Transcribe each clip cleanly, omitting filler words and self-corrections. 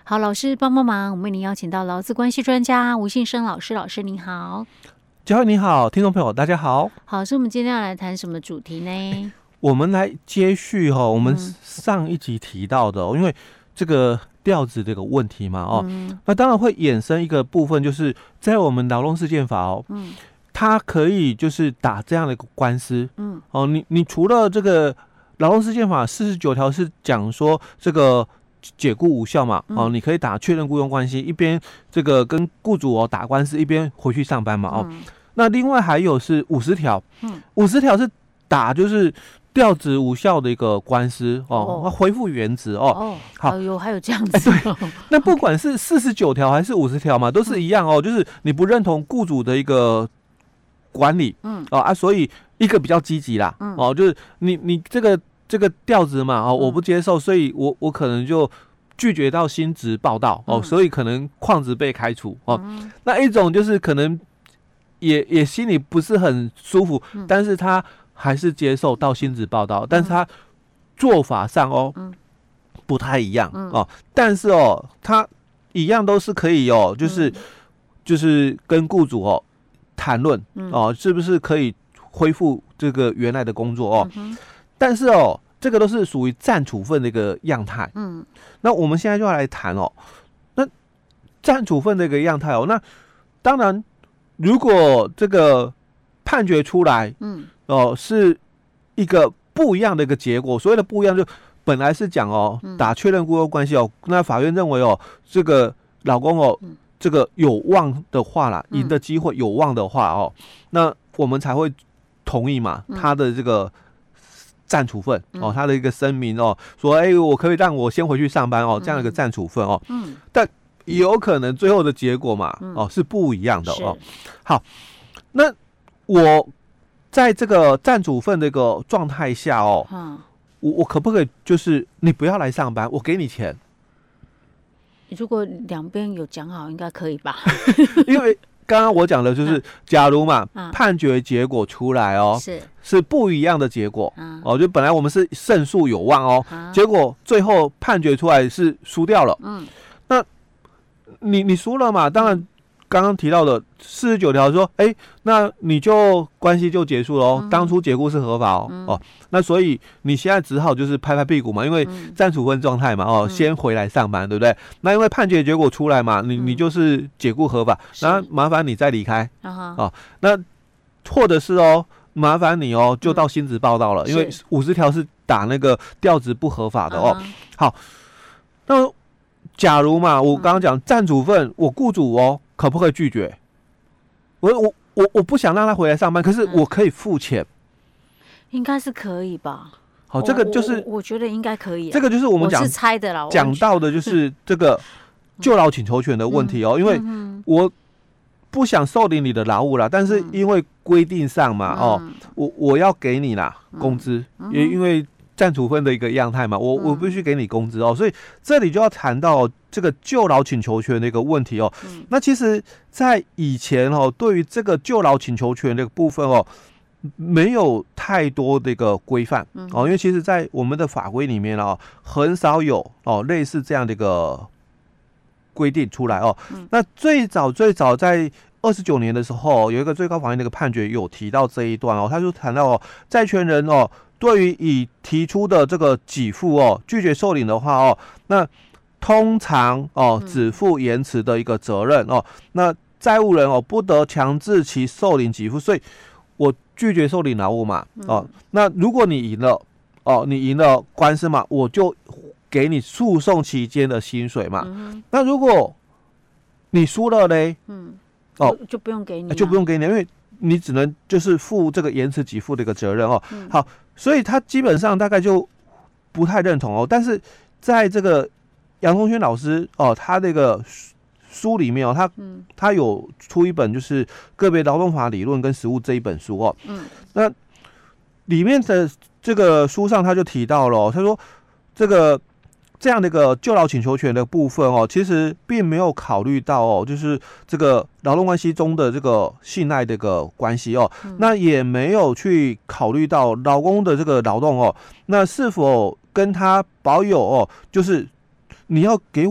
好，老师帮忙，我们为您邀请到劳资关系专家吴信生老师，老师您好。 嘉惠你好，听众朋友大家好。 好，所以我们今天要来谈什么主题呢？ 我们来接续我们上一集提到的因为这个调子这个问题嘛那当然会衍生一个部分，就是在我们劳动事件法它可以就是打这样的一个官司你除了这个劳动事件法49条是讲说这个解雇无效嘛你可以打确认雇佣关系，一边这个跟雇主打官司，一边回去上班嘛那另外还有是50条50条是打就是调职无效的一个官司恢复原职好， 还有这样子那不管是49条还是50条嘛，都是一样就是你不认同雇主的一个管理所以一个比较积极啦就是你这个调职嘛我不接受，所以我可能就拒绝到薪资报到所以可能旷职被开除那一种就是可能也心里不是很舒服但是他还是接受到薪资报到，但是他做法上不太一样但是他一样都是可以就是跟雇主谈论是不是可以恢复这个原来的工作但是这个都是属于暂处分的一个样态那我们现在就要来谈那暂处分的一个样态那当然如果这个判决出来是一个不一样的一个结果，所谓的不一样就本来是讲打确认雇佣关系那法院认为这个老公这个有望的话啦，赢的机会有望的话那我们才会同意嘛他的这个暂处分他的一个声明说我可以让我先回去上班这样的一个暂处分但也有可能最后的结果嘛是不一样的好，那我在这个暂处分的一个状态下我可不可以就是你不要来上班，我给你钱？ 如果两边有讲好，应该可以吧？ 因为刚刚我讲的就是假如嘛判决结果出来是不一样的结果就本来我们是胜诉有望结果最后判决出来是输掉了那你输了嘛，当然刚刚提到的49条说那你就关系就结束了当初解雇是合法那所以你现在只好就是拍拍屁股嘛，因为暂处分状态嘛先回来上班对不对？那因为判决结果出来嘛你就是解雇合法，那麻烦你再离开那或者是麻烦你就到薪资报到了因为50条是打那个调职不合法的好，那假如嘛我刚刚讲暂处分我雇主可不可以拒绝？我不想让他回来上班，可是我可以付钱， 应该是可以吧？ 好，这个就是我觉得应该可以。 这个就是我们是猜的啦， 讲到的就是这个就劳请求权的问题因为我不想受理你的劳务啦，但是因为规定上嘛我要给你啦工资，也因为暂处分的一个样态嘛，我必须给你工资所以这里就要谈到这个就劳请求权的一个问题那其实在以前对于这个就劳请求权的部分没有太多的一个规范因为其实在我们的法规里面很少有类似这样的一个规定出来那最早在29年的时候，有一个最高法院的一个判决有提到这一段他就谈到债权人对于已提出的这个给付拒绝受领的话那通常只负延迟的一个责任那债务人不得强制其受领给付，所以我拒绝受领劳务嘛那如果你赢了你赢了官司嘛，我就给你诉讼期间的薪水嘛那如果你输了嘞就不用给你因为你只能就是负这个延迟给付的一个责任好，所以他基本上大概就不太认同但是在这个杨宗轩老师他这个书里面他有出一本就是个别劳动法理论跟实务这一本书那里面的这个书上他就提到了他说这样的一个就劳请求权的部分其实并没有考虑到就是这个劳动关系中的这个信赖的一个关系那也没有去考虑到劳工的这个劳动那是否跟他保有就是你要给我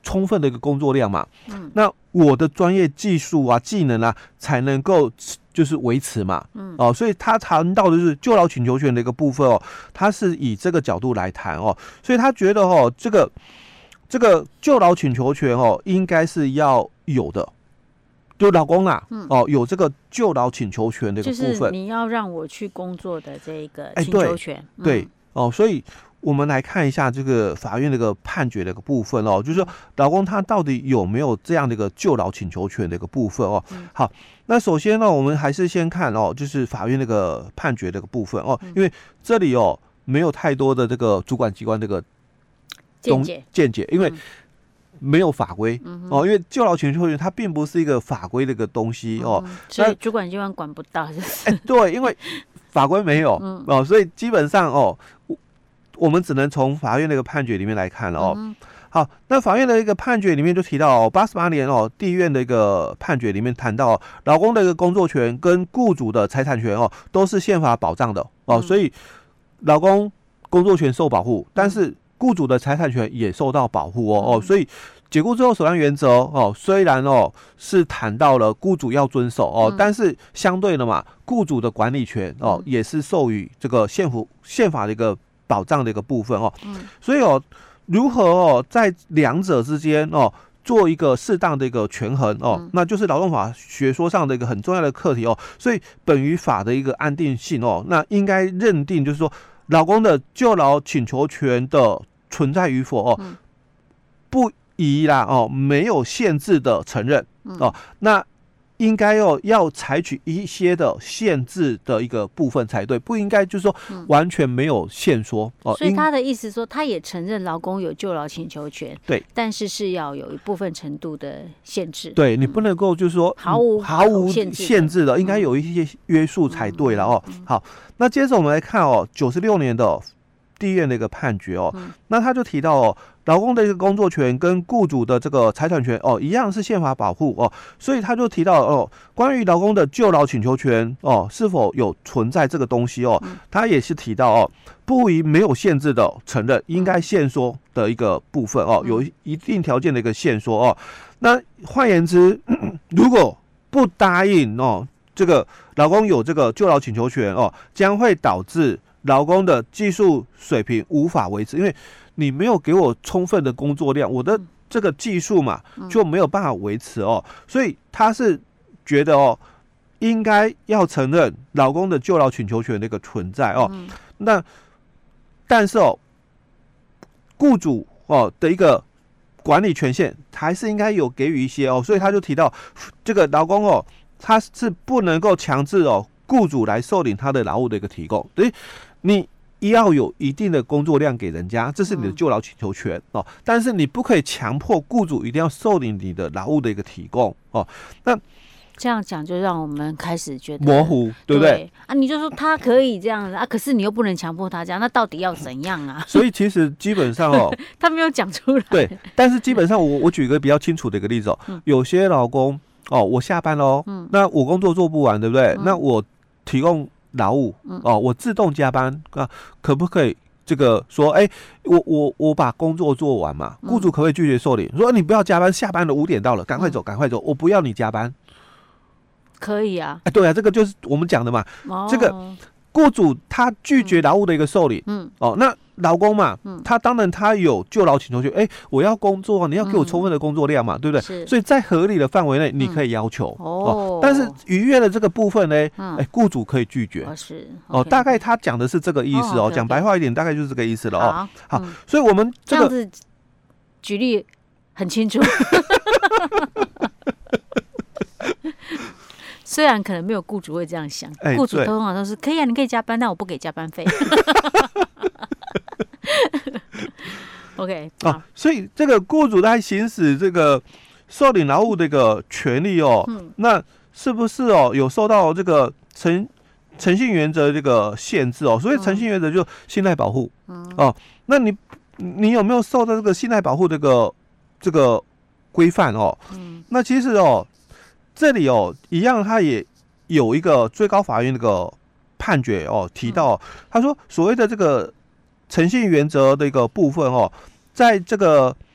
充分的一个工作量嘛，那我的专业技术啊、技能啊才能够就是维持嘛，所以他谈到的就是就劳请求权的一个部分哦，他是以这个角度来谈哦，所以他觉得哦，这个就劳请求权哦，应该是要有的。就劳工啦，有这个就劳请求权的一个部分， 就是你要让我去工作的这个请求权， 对哦，所以我们来看一下这个法院的一个判决的一个部分哦，就是说劳工他到底有没有这样的一个就劳请求权的一个部分哦。好，那首先呢，我们还是先看哦，就是法院那个判决的一个部分哦，因为这里哦没有太多的这个主管机关这个见解，因为没有法规因为就劳请求权它并不是一个法规的一个东西哦， 所以主管机关管不到， 对，因为法规没有所以基本上我们只能从法院那个判决里面来看了哦。好，那法院的一个判决里面就提到88年地院的一个判决里面谈到劳工的一个工作权跟雇主的财产权都是宪法保障的所以劳工工作权受保护，但是雇主的财产权也受到保护所以解雇之后首要原则虽然是谈到了雇主要遵守但是相对的嘛，雇主的管理权也是授予这个宪法的一个保障的一个部分所以如何在两者之间做一个适当的一个权衡那就是劳动法学说上的一个很重要的课题所以本于法的一个安定性那应该认定就是说劳工的就劳请求权的存在与否不宜啦没有限制的承认那应该要采取一些的限制的一个部分才对，不应该就是说完全没有限缩所以他的意思说，他也承认劳工有就劳请求权， 对， 但是要有一部分程度的限制， 对你不能够就是说毫无限制的，应该有一些约束才对了好，那接着我们来看96年的地院的一个判决那他就提到劳工的一个工作权跟雇主的这个财产权一样是宪法保护所以他就提到关于劳工的就劳请求权是否有存在这个东西他也是提到不宜没有限制的承认，应该限缩的一个部分有一定条件的一个限缩那换言之如果不答应这个劳工有这个就劳请求权将会导致劳工的技术水平无法维持，因为你没有给我充分的工作量，我的这个技术嘛就没有办法维持所以他是觉得应该要承认劳工的就劳请求权的一个存在那但是雇主的一个管理权限还是应该有给予一些所以他就提到这个劳工他是不能够强制雇主来受领他的劳务的一个提供，所以你要有一定的工作量给人家，这是你的就劳请求权但是你不可以强迫雇主一定要受领你的劳务的一个提供那这样讲就让我们开始觉得模糊，对不对你就说他可以这样可是你又不能强迫他这样，那到底要怎样啊？ 所以其实基本上他没有讲出来， 对，但是基本上我举一个比较清楚的一个例子有些劳工我下班了那我工作做不完，对不对那我提供劳务我自动加班可不可以这个说我把工作做完嘛雇主可不可以拒绝受理，说你不要加班，下班了5点到了，赶快走赶快走，我不要你加班， 可以啊对啊，这个就是我们讲的嘛这个雇主他拒绝劳务的一个受理那劳工嘛他当然他有就劳请求权我要工作你要给我充分的工作量嘛对不对所以在合理的范围内你可以要求但是逾越了这个部分呢雇主可以拒绝是大概他讲的是这个意思讲白话一点大概就是这个意思了好所以我们这样子举例很清楚虽然可能没有雇主会这样想雇主通常都是可以你可以加班但我不给加班费OK 所以这个雇主在行使这个受领劳务的一个权利那是不是有受到这个诚信原则这个限制所以诚信原则就信赖保护那你有没有受到这个信赖保护这个规范那其实这里一样他也有一个最高法院那个判决提到他说所谓的这个诚信原则的一个部分在这个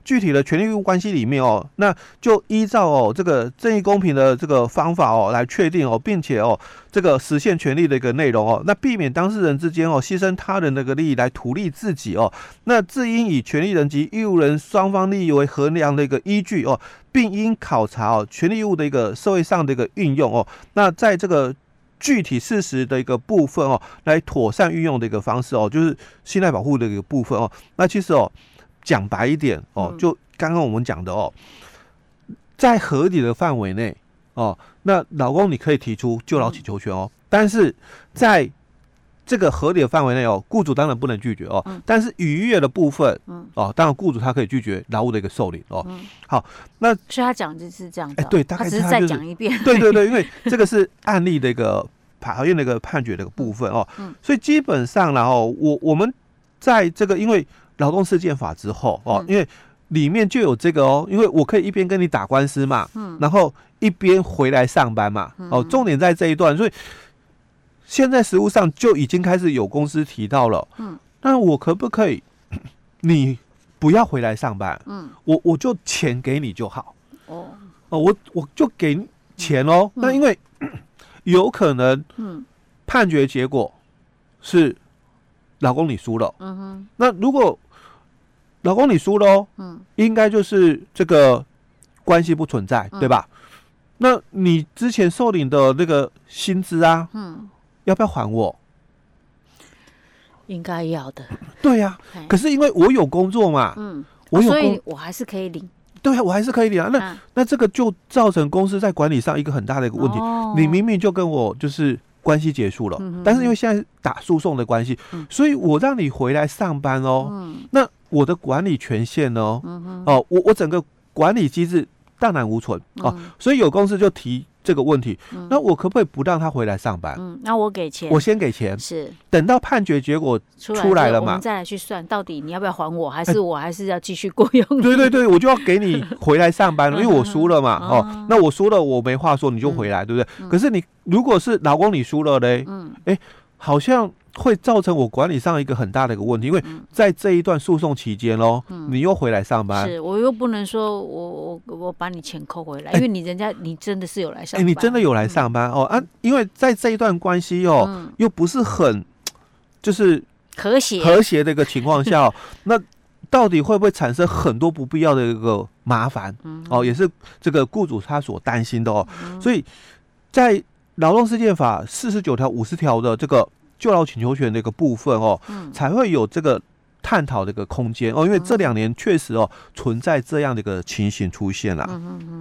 具体的权利义务关系里面哦，那就依照这个正义公平的这个方法来确定并且这个实现权利的一个内容那避免当事人之间牺牲他人的一个利益来图利自己那自应以权利人及义务人双方利益为衡量的一个依据并应考察权利义务的一个社会上的一个运用那在这个具体事实的一个部分来妥善运用的一个方式就是信赖保护的一个部分那其实讲白一点就刚刚我们讲的在合理的范围内那劳工你可以提出就劳请求权但是在这个合理的范围内雇主当然不能拒绝但是逾越的部分当然雇主他可以拒绝劳务的一个受领好，那所以他讲就是这样子对，大概他只是再讲一遍， 对对对，因为这个是案例的一个法院的一个判决的一个部分所以基本上然后我们在这个因为劳动事件法之后因为里面就有这个因为我可以一边跟你打官司嘛然后一边回来上班嘛重点在这一段，所以现在实务上就已经开始有公司提到了那我可不可以你不要回来上班我就钱给你就好我就给钱那因为有可能判决结果是劳工你输了那如果劳工你输了应该就是这个关系不存在对吧那你之前受领的那个薪资要不要还我？ 应该要的。 对呀可是因为我有工作嘛所以我还是可以领。 对啊，我还是可以领那这个就造成公司在管理上一个很大的一个问题你明明就跟我就是关系结束了但是因为现在打诉讼的关系所以我让你回来上班那我的管理权限呢我整个管理机制荡然无存所以有公司就提这个问题那我可不可以不让他回来上班那我给钱， 我先给钱是等到判决结果出来了嘛我们再来去算到底你要不要还我还是我还是要继续雇佣你对对对我就要给你回来上班了因为我输了嘛那我输了我没话说你就回来对不对可是你如果是劳工你输了嘞好像会造成我管理上一个很大的一个问题因为在这一段诉讼期间你又回来上班是我又不能说我把你钱扣回来因为你真的是有来上班你真的有来上班因为在这一段关系又不是很就是和谐的一个情况下那到底会不会产生很多不必要的一个麻烦也是这个雇主他所担心的所以在劳动事件法49条50条的这个就劳请求权的一个部分才会有这个探讨的一个空间因为这2年确实存在这样的一个情形出现了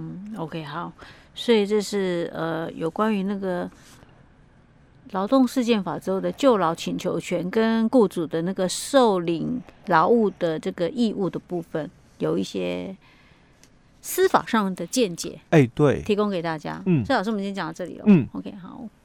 OK 好，所以这是有关于那个劳动事件法之后的就劳请求权跟雇主的那个受领劳务的这个义务的部分有一些司法上的见解对提供给大家施老师我们今天讲到这里了OK 好。